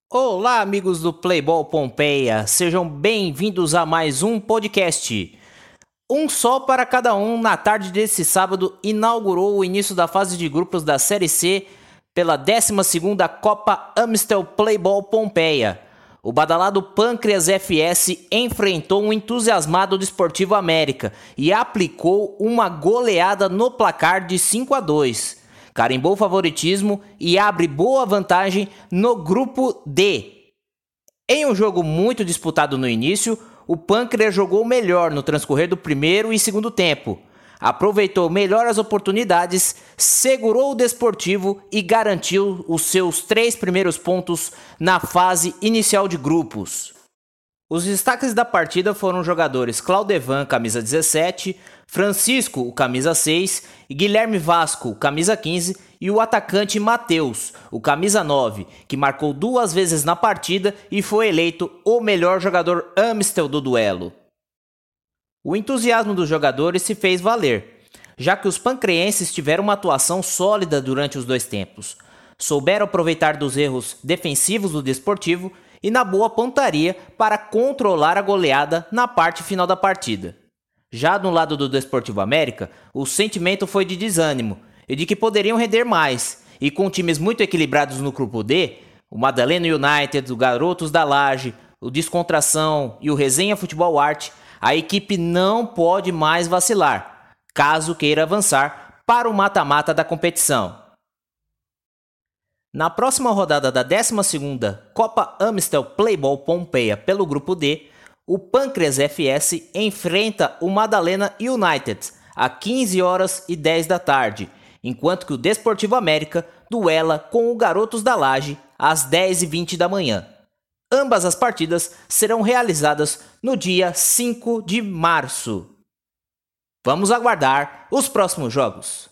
Olá, amigos do Playball Pompeia, sejam bem-vindos a mais um podcast. Um só para cada um, na tarde desse sábado, inaugurou o início da fase de grupos da Série C pela 12ª Copa Amistel Playball Pompeia. O badalado Pâncreas FS enfrentou um entusiasmado Desportivo América e aplicou uma goleada no placar de 5-2. Carimbou o favoritismo e abre boa vantagem no grupo D. Em um jogo muito disputado no início, o Pâncreas jogou melhor no transcorrer do primeiro e segundo tempo. Aproveitou melhor as oportunidades, segurou o Desportivo e garantiu os seus 3 primeiros pontos na fase inicial de grupos. Os destaques da partida foram os jogadores Claudevan, camisa 17, Francisco, o camisa 6, e Guilherme Vasco, camisa 15, e o atacante Matheus, o camisa 9, que marcou 2 vezes na partida e foi eleito o melhor jogador Amistel do duelo. O entusiasmo dos jogadores se fez valer, já que os pancreenses tiveram uma atuação sólida durante os 2 tempos. Souberam aproveitar dos erros defensivos do Desportivo e na boa pontaria para controlar a goleada na parte final da partida. Já no lado do Desportivo América, o sentimento foi de desânimo e de que poderiam render mais, e com times muito equilibrados no grupo D, o Madalena United, o Garotos da Laje, o Descontração e o Resenha Futebol Arte, a equipe não pode mais vacilar, caso queira avançar para o mata-mata da competição. Na próxima rodada da 12ª Copa Amistel Playball Pompeia pelo grupo D, o Pâncreas FS enfrenta o Madalena United às 15h10 da tarde, enquanto que o Desportivo América duela com o Garotos da Laje às 10h20 da manhã. Ambas as partidas serão realizadas no dia 5 de março. Vamos aguardar os próximos jogos.